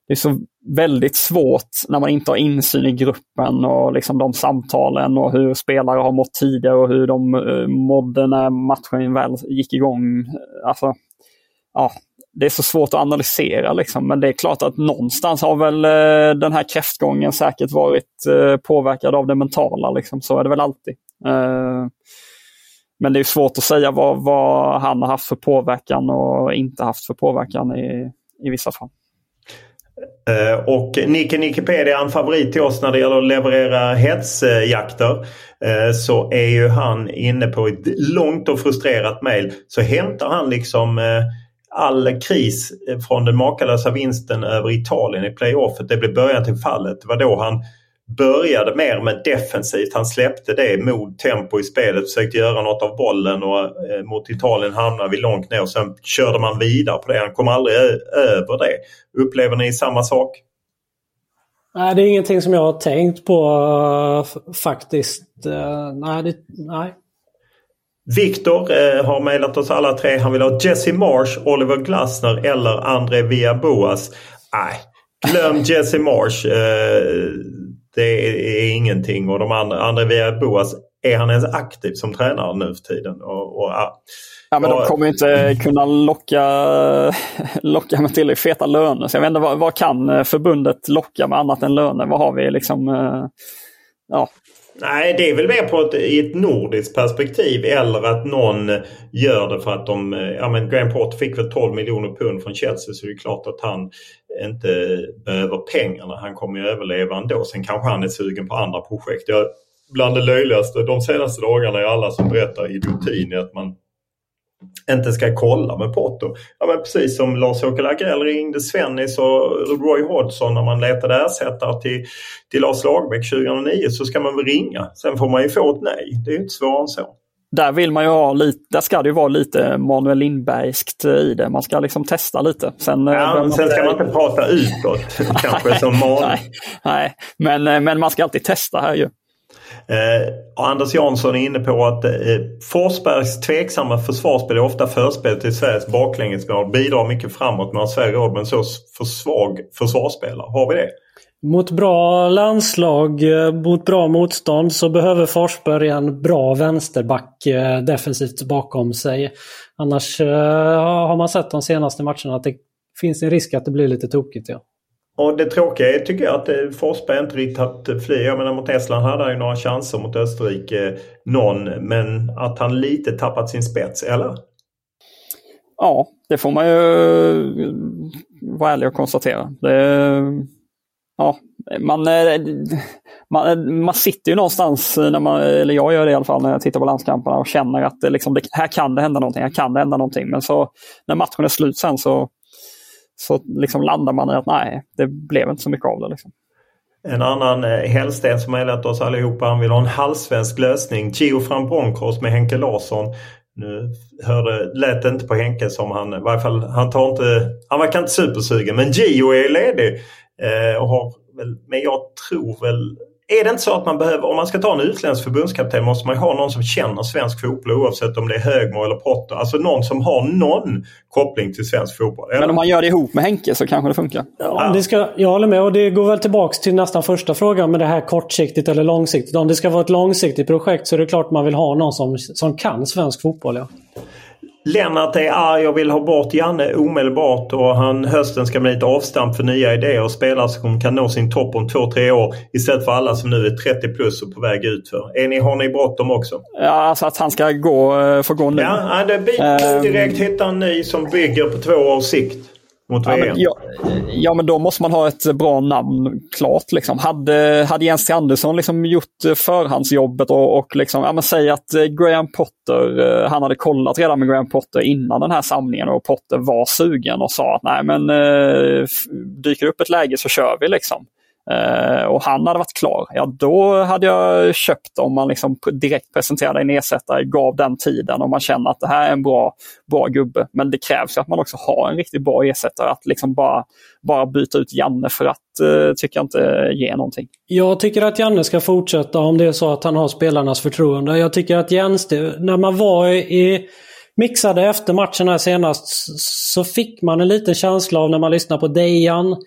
det är så väldigt svårt när man inte har insyn i gruppen och liksom de samtalen och hur spelare har mått tidigare och hur de uh, mådde när matchen väl gick igång. Alltså, ja, det är så svårt att analysera liksom, men det är klart att någonstans har väl uh, den här kräftgången säkert varit uh, påverkad av det mentala liksom, så är det väl alltid. Uh, men det är svårt att säga vad, vad han har haft för påverkan och inte haft för påverkan i, i vissa fall. Uh, och Nicke Nickepedia är en favorit till oss när det gäller att leverera hetsjakter. Uh, så är ju han inne på ett långt och frustrerat mejl. Så hämtar han liksom uh, all kris från den makalösa vinsten över Italien i playoffet. Det blev början till fallet. Det var då han började mer med defensivt. Han släppte det mod, tempo i spelet, försökte göra något av bollen och eh, mot Italien hamnade vi långt ner och sen körde man vidare på det. Han kom aldrig ö- över det. Upplever ni samma sak? Nej, det är ingenting som jag har tänkt på uh, faktiskt. Uh, nej, det, nej. Viktor eh, har mejlat oss alla tre. Han vill ha Jesse Marsh, Oliver Glasner eller André Villas-Boas. Nej, glöm Jesse Marsh. Eh, det är, är ingenting. Och de andra, André Villas-Boas, är han ens aktiv som tränare nu för tiden? Och, och, ja. Ja, men de kommer inte kunna locka, locka med till i feta löner. Så jag vet inte, vad, vad kan förbundet locka med annat än löner? Vad har vi liksom... Eh, ja... Nej, det är väl mer på ett, i ett nordiskt perspektiv eller att någon gör det för att de... Ja, men Graham Potter fick väl tolv miljoner pund från Chelsea, så det är klart att han inte behöver pengarna. Han kommer ju överleva ändå. Sen kanske han är sugen på andra projekt. Jag, bland det löjligaste de senaste dagarna är alla som berättar idiotin att man inte ska kolla med Potter. Ja, men precis som Lars-Åke Lagrell ringde Svennis och Roy Hodgson när man letade ersättare till, till Lars Lagerbäck tjugohundranio, så ska man väl ringa. Sen får man ju få ett nej. Det är ju inte svårare än så. Där vill man ju ha lite, där ska det ju vara lite Manuel Lindbergskt i det. Man ska liksom testa lite. Sen, ja, men sen ska man inte prata utåt kanske som man. Nej, nej. Men, men man ska alltid testa här ju. Eh, Anders Jansson är inne på att eh, Forsbergs tveksamma försvarsspel är ofta förspel till Sveriges baklängesmål, bidrar mycket framåt med Sverige råd, men så för svag försvarsspelare. Har vi det? Mot bra landslag, mot bra motstånd, så behöver Forsberg en bra vänsterback eh, defensivt bakom sig. Annars eh, har man sett de senaste matcherna att det finns en risk att det blir lite tokigt, ja. Och det tråkiga är, tycker jag, att Forsberg inte riktigt haft fler. Jag menar, mot Estland hade han ju några chanser, mot Österrike någon, men att han lite tappat sin spets, eller? Ja, det får man ju vara ärlig och konstatera. Det, ja, man, man, man sitter ju någonstans, när man, eller jag gör det i alla fall när jag tittar på landskamperna och känner att det, liksom, det, här kan det hända någonting, här kan det hända någonting. Men så när matchen är slut sen så Så liksom landar man i att nej, det blev inte så mycket av det. Liksom. En annan eh, Hellsten som har lärt oss allihopa, han vill ha en halvsvensk lösning. Gio från Broncos med Henke Larsson. Nu hörde, lät det inte på Henke som han, i varje fall, han tar inte, han verkar inte supersugen. Men Gio är ledig. Eh, och har väl, men jag tror väl, är det inte så att man behöver, om man ska ta en utländsk förbundskapten måste man ju ha någon som känner svensk fotboll, oavsett om det är Högmo eller Potter. Alltså någon som har någon koppling till svensk fotboll. Eller? Men om man gör det ihop med Henke så kanske det funkar. Ja, det ska, jag håller med, och det går väl tillbaks till nästan första frågan med det här kortsiktigt eller långsiktigt. Om det ska vara ett långsiktigt projekt så är det klart man vill ha någon som, som kan svensk fotboll, ja. Lennart är arg och vill ha bort Janne omedelbart, och han hösten ska bli ett avstamp för nya idéer och spelare som kan nå sin topp om två, tre år istället för alla som nu är trettio plus och på väg ut för. Är ni, har ni bråttom också? Ja, alltså att han ska gå, få gå nu. Ja, det blir direkt hitta en ny som bygger på två års sikt. Mot ja, men, ja, ja, men då måste man ha ett bra namn klart. Liksom. Hade, hade Jens T. Andersson liksom gjort förhandsjobbet och, och liksom, ja, men säg att Graham Potter, han hade kollat redan med Graham Potter innan den här samlingen och Potter var sugen och sa att nej, men eh, dyker upp ett läge så kör vi liksom. Uh, och han hade varit klar, ja då hade jag köpt om man liksom direkt presenterade en ersättare, gav den tiden och man känner att det här är en bra, bra gubbe. Men det krävs ju att man också har en riktigt bra ersättare. Att liksom bara, bara byta ut Janne för att uh, tycker jag inte ge någonting. Jag tycker att Janne ska fortsätta om det är så att han har spelarnas förtroende. Jag tycker att Jens, när man var i mixade efter matchen här senast, så fick man en liten känsla av när man lyssnar på Dejan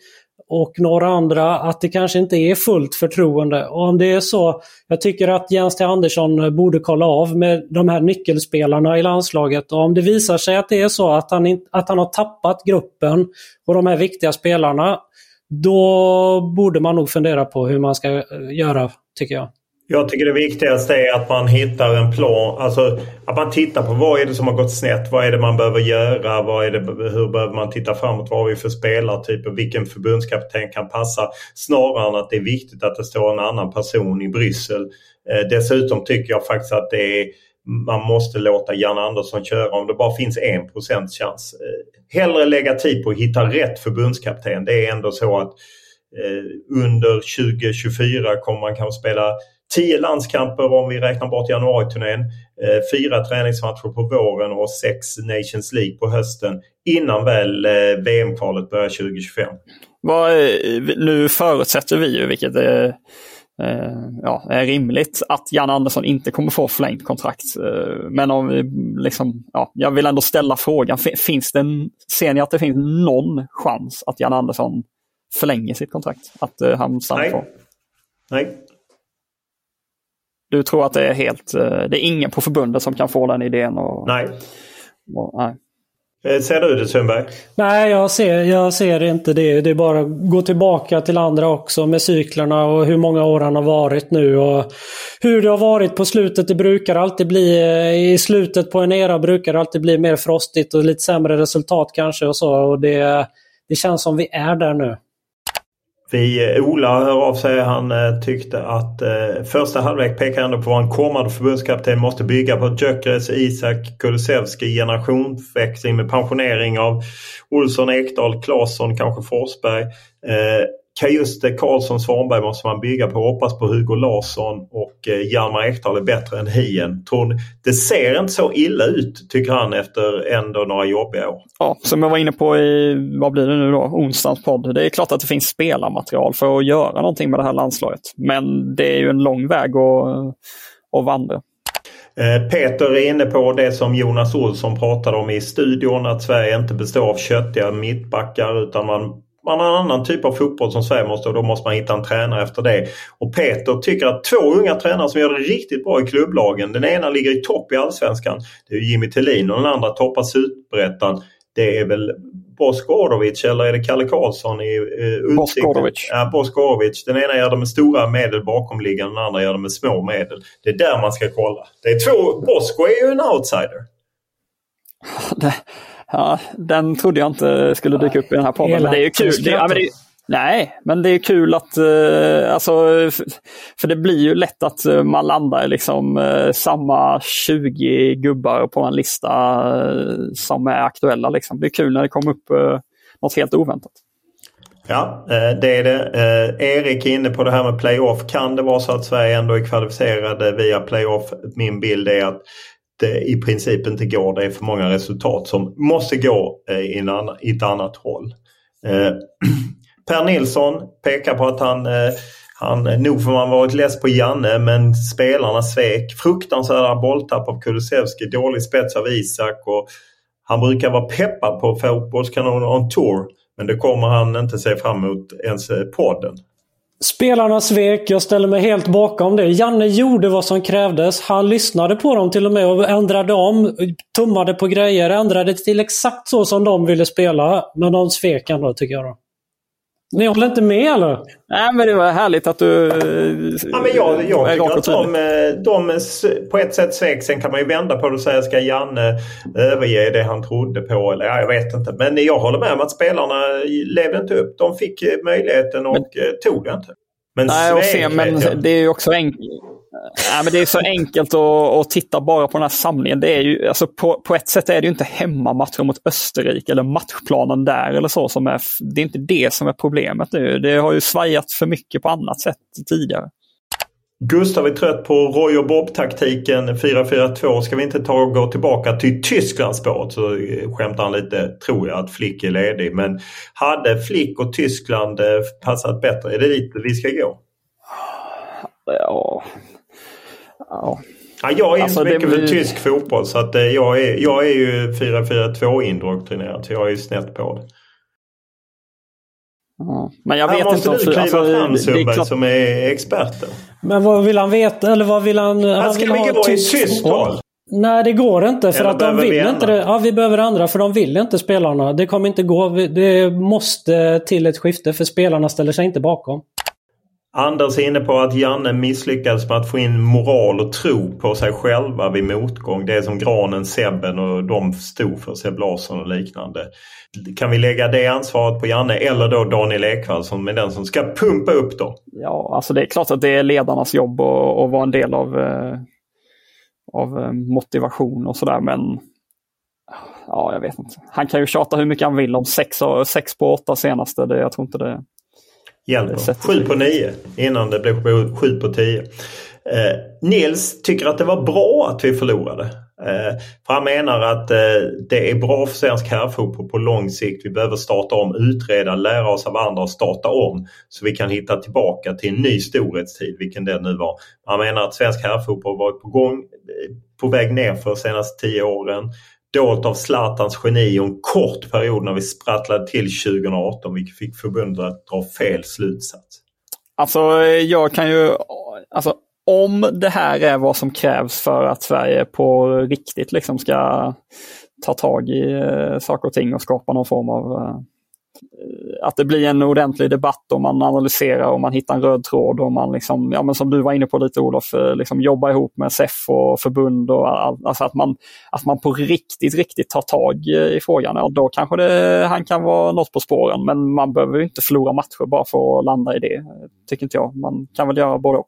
och några andra att det kanske inte är fullt förtroende. Och om det är så, jag tycker att Jens T. Andersson borde kolla av med de här nyckelspelarna i landslaget. Och om det visar sig att det är så att han, in, att han har tappat gruppen och de här viktiga spelarna, då borde man nog fundera på hur man ska göra, tycker jag. Jag tycker det viktigaste är att man hittar en plan, alltså att man tittar på vad är det som har gått snett, vad är det man behöver göra, vad är det, hur behöver man titta framåt, vad har vi för spelartyper, vilken förbundskapten kan passa, snarare än att det är viktigt att det står en annan person i Bryssel. Eh, dessutom tycker jag faktiskt att det är, man måste låta Jan Andersson köra om det bara finns en procents chans. Eh, hellre lägga tid på att hitta rätt förbundskapten. Det är ändå så att eh, under tjugo tjugofyra kommer man kanske spela tio landskamper om vi räknar bort januariturnén, eh, fyra träningsmatcher på våren och sex Nations League på hösten innan väl eh, V M-kvalet börjar tjugo tjugofem. Vad, nu förutsätter vi ju, vilket är, eh, ja, är rimligt, att Jan Andersson inte kommer få förlängt kontrakt. Eh, men om vi liksom, ja, jag vill ändå ställa frågan, finns det en, ser ni att det finns någon chans att Jan Andersson förlänger sitt kontrakt? Att eh, han stannar kvar? Nej. Du tror att det är helt, det är ingen på förbundet som kan få den idén? Och, nej. Och, nej. Ser du det, Sundberg? Nej, jag ser, jag ser inte det. Det är bara att gå tillbaka till andra också med cyklerna och hur många år han har varit nu och hur det har varit på slutet. Det brukar alltid bli, i slutet på en era brukar det alltid bli mer frostigt och lite sämre resultat kanske och så. Och det, det känns som vi är där nu. Vi, Ola hör av sig, han eh, tyckte att eh, första halvlek pekar ändå på vad en kommande förbundskapten måste bygga på. Gyökeres, Isak, Kulusevski, generationsväxling med pensionering av Olsson, Ekdal, Claesson, kanske Forsberg. Eh, Kajuste, Karlsson, Svanberg måste man bygga på. Hoppas på Hugo Larsson och eh, Hjalmar Ekdal är bättre än Hien. Tror, det ser inte så illa ut, tycker han, efter ändå några jobbiga år. Ja, som jag var inne på i, vad blir det nu då, onsdagens podd. Det är klart att det finns spelarmaterial för att göra någonting med det här landslaget. Men det är ju en lång väg att, att vandra. Peter är inne på det som Jonas Olsson pratade om i studion, att Sverige inte består av köttiga mittbackar utan man Man har en annan typ av fotboll som Sverige måste, och då måste man hitta en tränare efter det. Och Peter tycker att två unga tränare som gör det riktigt bra i klubblagen, den ena ligger i topp i Allsvenskan, det är Jimmy Thelin, och den andra toppar Superettan. Det är väl Boskorovic eller är det Kalle Karlsson i uh, Boskorovic. Ja, Boskorovic. Den ena gör det med stora medel bakomliggande, den andra gör det med små medel. Det är där man ska kolla. Det är två, Bosko är ju en outsider. Det... Ja, den trodde jag inte skulle dyka upp i den här podden. Men det är ju kul. Det, ja, men det, nej, men det är kul att eh, alltså, för det blir ju lätt att man landar liksom eh, samma tjugo gubbar på en lista eh, som är aktuella liksom. Det är kul när det kommer upp eh, något helt oväntat. Ja, det är det. Erik är inne på det här med playoff. Kan det vara så att Sverige ändå är kvalificerade via playoff? Min bild är att det i princip inte går. Det är för många resultat som måste gå i, en annan, i ett annat håll. Eh, Per Nilsson pekar på att han, eh, han nog får man varit less på Janne, men spelarna svek. Fruktansvärda bolltapp av Kulusevski, dålig spets av Isak, och han brukar vara peppad på fotbollskanoner on tour, men det kommer han inte se fram emot ens podden. Spelarna svek, jag ställer mig helt bakom det. Janne gjorde vad som krävdes. Han lyssnade på dem till och med och ändrade om, tummade på grejer, ändrade till exakt så som de ville spela. Men de svek ändå, tycker jag då. Ni håller inte med, eller? Nej, men det var härligt att du... Ja, men jag, jag tycker att de, de på ett sätt svek. Sen kan man ju vända på det och säga, ska Janne överge det han trodde på? Eller ja, jag vet inte. Men jag håller med om att spelarna levde inte upp. De fick möjligheten och men, tog det inte. Men nej, och se, men det är ju också enkelt. Nej, men det är så enkelt att, att titta bara på den här samlingen. Det är ju, alltså på, på ett sätt är det ju inte hemmamatcher mot Österrike eller matchplanen där eller så som är, det är inte det som är problemet nu. Det har ju svajat för mycket på annat sätt tidigare. Gustav är trött på Roy och Bob-taktiken fyra fyra två. Ska vi inte ta och gå tillbaka till Tysklandsspåret, så skämtar han lite, tror jag, att Flick är ledig. Men hade Flick och Tyskland passat bättre? Är det dit vi ska gå? Ja... Ja. Ja, jag är alltså, inte mycket det... för tysk fotboll, så att jag är, jag är ju fyra fyra två indoktrinerad, så jag är ju snett på det. Ja. Men jag här vet måste inte du kliva alltså, fram, Sundberg, klart... som är experten. Men vad vill han veta? Eller vad vill han... Han han ska vill vi ha gå i tyst tyst fotboll. val? Nej, det går inte för Eller att de behöver vill vi inte det. Ja, vi behöver ändra för de vill inte spelarna. Det kommer inte gå. Det måste till ett skifte för spelarna ställer sig inte bakom. Anders är inne på att Janne misslyckades med att få in moral och tro på sig själva vid motgång. Det är som Granen, Sebben och de stod för, Seb Larsson och liknande. Kan vi lägga det ansvaret på Janne eller då Daniel Ekvall som är den som ska pumpa upp dem? Ja, alltså det är klart att det är ledarnas jobb att, att vara en del av, eh, av motivation och sådär, men ja, jag vet inte. Han kan ju tjata hur mycket han vill om sex, sex på åtta senaste. Det, jag tror inte det... Hjälper. Sju på nio innan det blev sju på tio. Eh, Nils tycker att det var bra att vi förlorade. Eh, för han menar att eh, det är bra för svensk herrfotboll på lång sikt. Vi behöver starta om, utreda, lära oss av andra och starta om. Så vi kan hitta tillbaka till en ny storhetstid, vilken det nu var. Han menar att svensk herrfotboll varit på gång, på väg ner för de senaste tio åren. Dolt av Zlatans geni och en kort period när vi sprattlade till tjugo arton, vilket fick förbundet att dra fel slutsats. Alltså jag kan ju, alltså om det här är vad som krävs för att Sverige på riktigt liksom ska ta tag i eh, saker och ting och skapa någon form av eh, att det blir en ordentlig debatt och man analyserar och man hittar en röd tråd och man liksom, ja men som du var inne på lite Olof, liksom jobbar ihop med S E F och förbund och all, alltså att man, att man på riktigt, riktigt tar tag i frågan. Ja, då kanske det, han kan vara något på spåren, men man behöver ju inte förlora matcher bara för att landa i det, tycker inte jag. Man kan väl göra både och.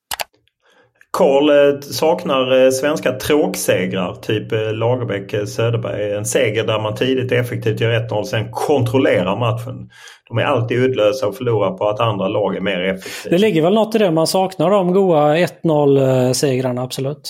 Karl saknar svenska tråksegrar, typ Lagerbäck, Söderberg. En seger där man tidigt effektivt gör ett noll, sen kontrollerar matchen. De är alltid uddlösa och förlorar på att andra lag är mer effektiva. Det ligger väl något i det, man saknar de goda ett noll-segrarna, absolut.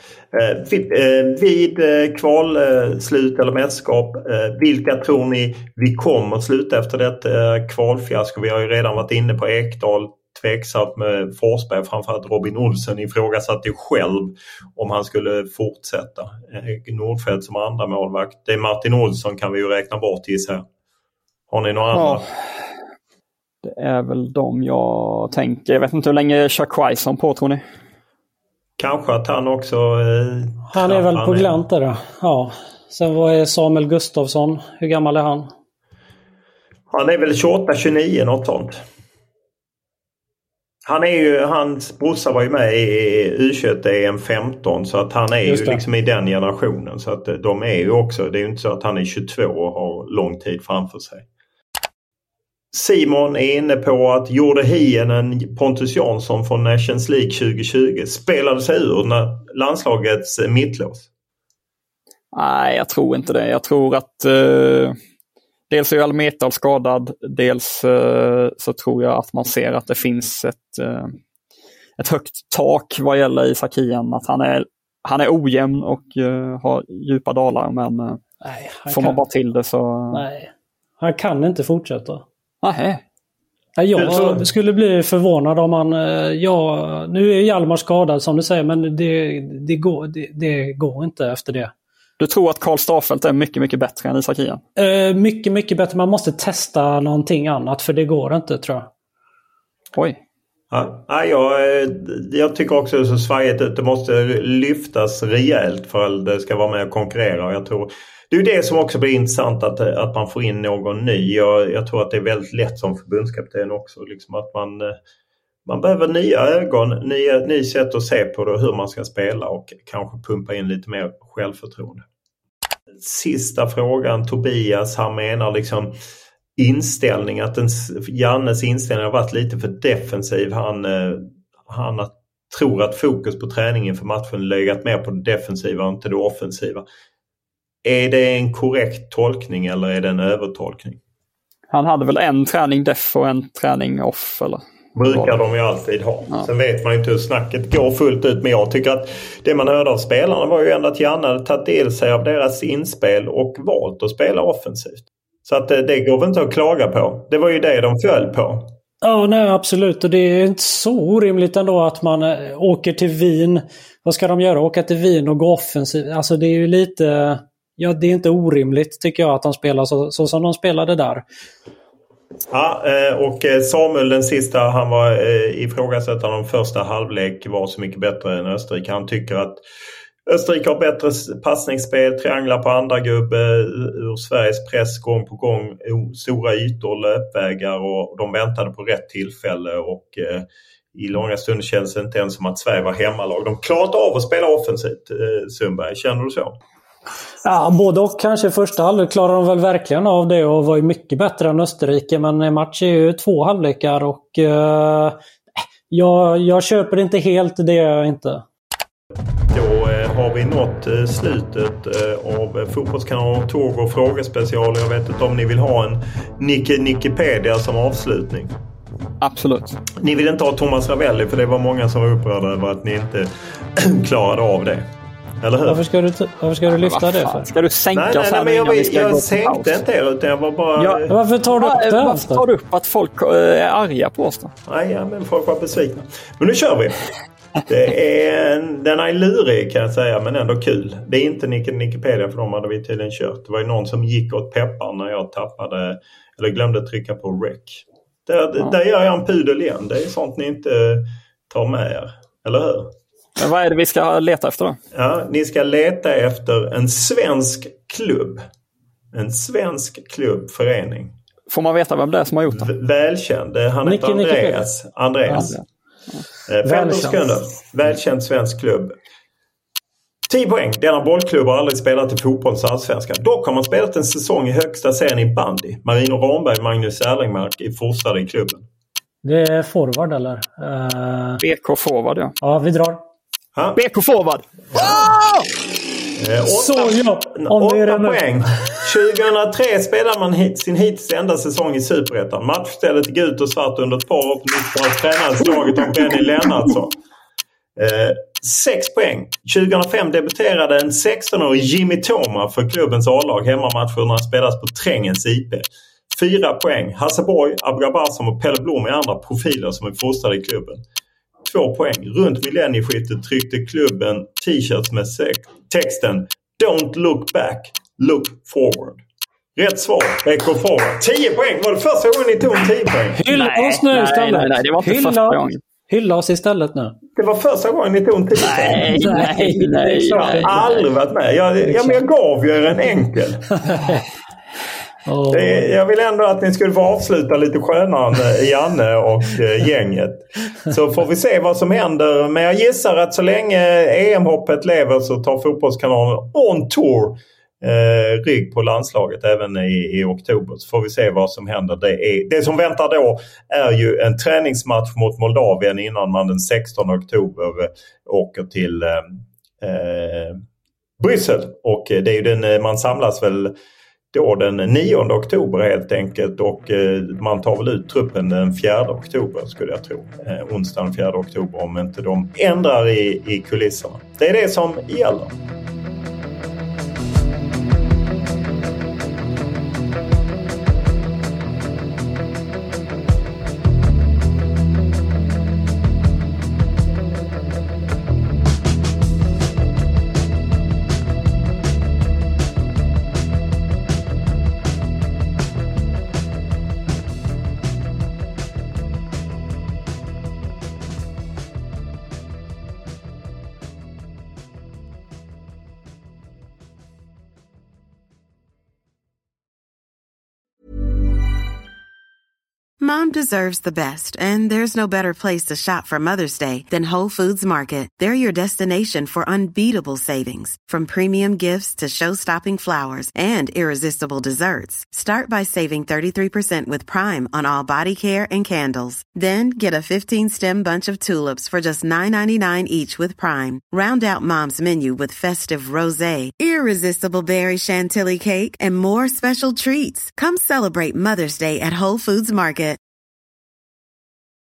Vid kvalslut eller mästerskap, vilka tror ni vi kommer att sluta efter detta kvalfiasko? Vi har ju redan varit inne på Ekdal, tveksamt med Forsberg, framförallt Robin Olsen ifrågasatte ju själv om han skulle fortsätta. Nordfeldt som andra målvakt. Det är Martin Olsson kan vi ju räkna bort gissar. Har ni några ja, andra? Det är väl de jag tänker. Jag vet inte hur länge Chuck Quaison på, tror ni? Kanske att han också... Eh, han är väl på glänt där. Ja. Sen vad är Samuel Gustafsson? Hur gammal är han? Han är väl tjugoåtta tjugonio, något sånt. Han är ju, hans brorsa var ju med i U tjugoett E M femton, så att han är ju liksom i den generationen, så att de är ju också, det är ju inte så att han är tjugotvå och har lång tid framför sig. Simon är inne på att gjorde Hienen Pontus Jansson från Nations League tjugo tjugo spelade sig ur när landslagets mittlås? Nej, jag tror inte det. Jag tror att eh, dels är Almetal skadad, dels eh, så tror jag att man ser att det finns ett, eh, ett högt tak vad gäller Isak Hien. Att han är, han är ojämn och eh, har djupa dalar, men eh, Nej, får man kan... bara till det så... Nej, han kan inte fortsätta. Nej. Jag skulle bli förvånad om han... Ja, nu är Hjalmar skadad som du säger, men det, det, går, det, det går inte efter det. Du tror att Karl Starfelt är mycket, mycket bättre än Isak Hien? Uh, mycket, mycket bättre. Man måste testa någonting annat, för det går inte, tror jag. Oj. Ja, jag, jag tycker också att så svajigt ut. Det måste lyftas rejält för att det ska vara med och konkurrera. Jag tror, det är ju det som också blir intressant, att, att man får in någon ny. Jag, jag tror att det är väldigt lätt som förbundskapten också. Liksom att man, man behöver nya ögon, nya, nya sätt att se på det, hur man ska spela och kanske pumpa in lite mer självförtroende. Sista frågan, Tobias, han menar liksom... inställning, att den, Jannes inställning har varit lite för defensiv. Han, han tror att fokus på träningen för matchen legat mer på det defensiva och inte det offensiva. Är det en korrekt tolkning eller är det en övertolkning? Han hade väl en träning def och en träning off, eller? Brukar de ju alltid ha. Ja. Sen vet man ju inte hur snacket går fullt ut, men jag tycker att det man hörde av spelarna var ju ändå att Janne hade tagit del sig av deras inspel och valt att spela offensivt. Så att det går väl inte att klaga på. Det var ju det de föll på. Ja, nej, absolut. Och det är inte så orimligt ändå att man åker till Wien. Vad ska de göra? Åka till Wien och gå offensivt? Alltså det är ju lite... Ja, det är inte orimligt tycker jag att de spelar så, så som de spelade där. Ja, och Samuel den sista, han var ifrågasatt av de första halvlek var så mycket bättre än Österrike. Han tycker att Österrike har bättre passningsspel, trianglar på andra gubbe ur Sveriges press gång på gång, stora ytor, löpvägar och de väntade på rätt tillfälle och eh, i långa stunder känns det inte ens som att Sverige var hemmalag. De klarade av att spela offensivt, eh, Sundberg. Känner du så? Ja, både och kanske första halvlek klarar de väl verkligen av det och var ju mycket bättre än Österrike, men en match är ju två halvlekar och eh, jag, jag köper inte helt det jag inte. Då eh, har vi nått eh, slutet eh, av Fotbollskanalen Tåg och frågespecial. Jag vet inte om ni vill ha en Nicke Nickepedia som avslutning. Absolut. Ni vill inte ha Thomas Ravelli för det var många som var upprörda över att ni inte klarade av det. Eller hur? Varför ska du, varför ska du lyfta det för? Ska du sänka nej, nej, nej, men jag, jag, jag sänkte inte er utan jag var bara... Ja, varför tar du upp det? Varför tar du upp att folk är arga på oss då? Nej, ja, men folk var besvikna. Men nu kör vi. Det är en, den är lurig kan jag säga, men ändå kul. Det är inte Nicke Nickepedia för de hade vi tydligen kört. Det var ju någon som gick åt peppar när jag tappade eller glömde trycka på rec. Där, ja. där gör jag en pudel igen. Det är sånt ni inte tar med er. Eller hur? Men vad är det vi ska leta efter då? Ja, ni ska leta efter en svensk klubb. En svensk klubbförening. Får man veta vem det är som har gjort det? V- välkänd. Han heter Andreas. Andreas. Ja, ja. femton sekunder. Välkänd svensk klubb. tio poäng. Denna bollklubb har aldrig spelat i fotbollsallsvenskan. Dock har man spelat en säsong i högsta serien i bandy. Marino Ramberg och Magnus Erlingmark är fostrade i klubben. Det är forward eller? Uh... B K Forward, ja. Ja, vi drar. Ha? B K Forward! Ja! Eh, åtta, Så ja, åtta poäng. tjugohundratre spelade man hit, sin hittills enda säsong i Superettan. Matchstället är gult och svart under ett par år. Nytt har tränat laget av Benny Lennartsson. Eh, sex poäng. tjugohundrafem debuterade en sexton-årig Jimmy Thoma för klubbens A-lag. Hemmamatcherna spelas på Trängens I P. Fyra poäng. Hasse Borg, Abgar Barsam och Pelle Blom är andra profiler som är fostrade i klubben. Två poäng. Runt millennieskiftet tryckte klubben t-shirts med texten Don't look back, look forward. Rätt svar, B K Forward. tio poäng. Var det första gången ni tog tio poäng? Hylla oss nu istället. Nej, nej, det var inte hylla, första gången. Hylla oss istället nu. Det var första gången ni tog tio poäng. Nej, nej, nej. Jag har aldrig varit med. Jag, jag, jag gav ju er en enkel. Oh. Det, jag vill ändå att ni skulle få avsluta lite skönare Janne och eh, gänget. Så får vi se vad som händer. Men jag gissar att så länge E M-hoppet lever så tar Fotbollskanalen on tour eh, rygg på landslaget även i, i oktober. Så får vi se vad som händer. Det, är, det som väntar då är ju en träningsmatch mot Moldavien innan man den sextonde oktober åker till eh, eh, Bryssel. Och det är ju den, man samlas väl då den nionde oktober helt enkelt och eh, man tar väl ut truppen den fjärde oktober skulle jag tro. Eh, onsdagen fjärde oktober om inte de ändrar i, i kulisserna. Det är det som gäller. Mom deserves the best, and there's no better place to shop for Mother's Day than Whole Foods Market. They're your destination for unbeatable savings, from premium gifts to show-stopping flowers and irresistible desserts. Start by saving thirty-three percent with Prime on all body care and candles. Then get a fifteen-stem bunch of tulips for just nine ninety-nine each with Prime. Round out Mom's menu with festive rosé, irresistible berry chantilly cake, and more special treats. Come celebrate Mother's Day at Whole Foods Market.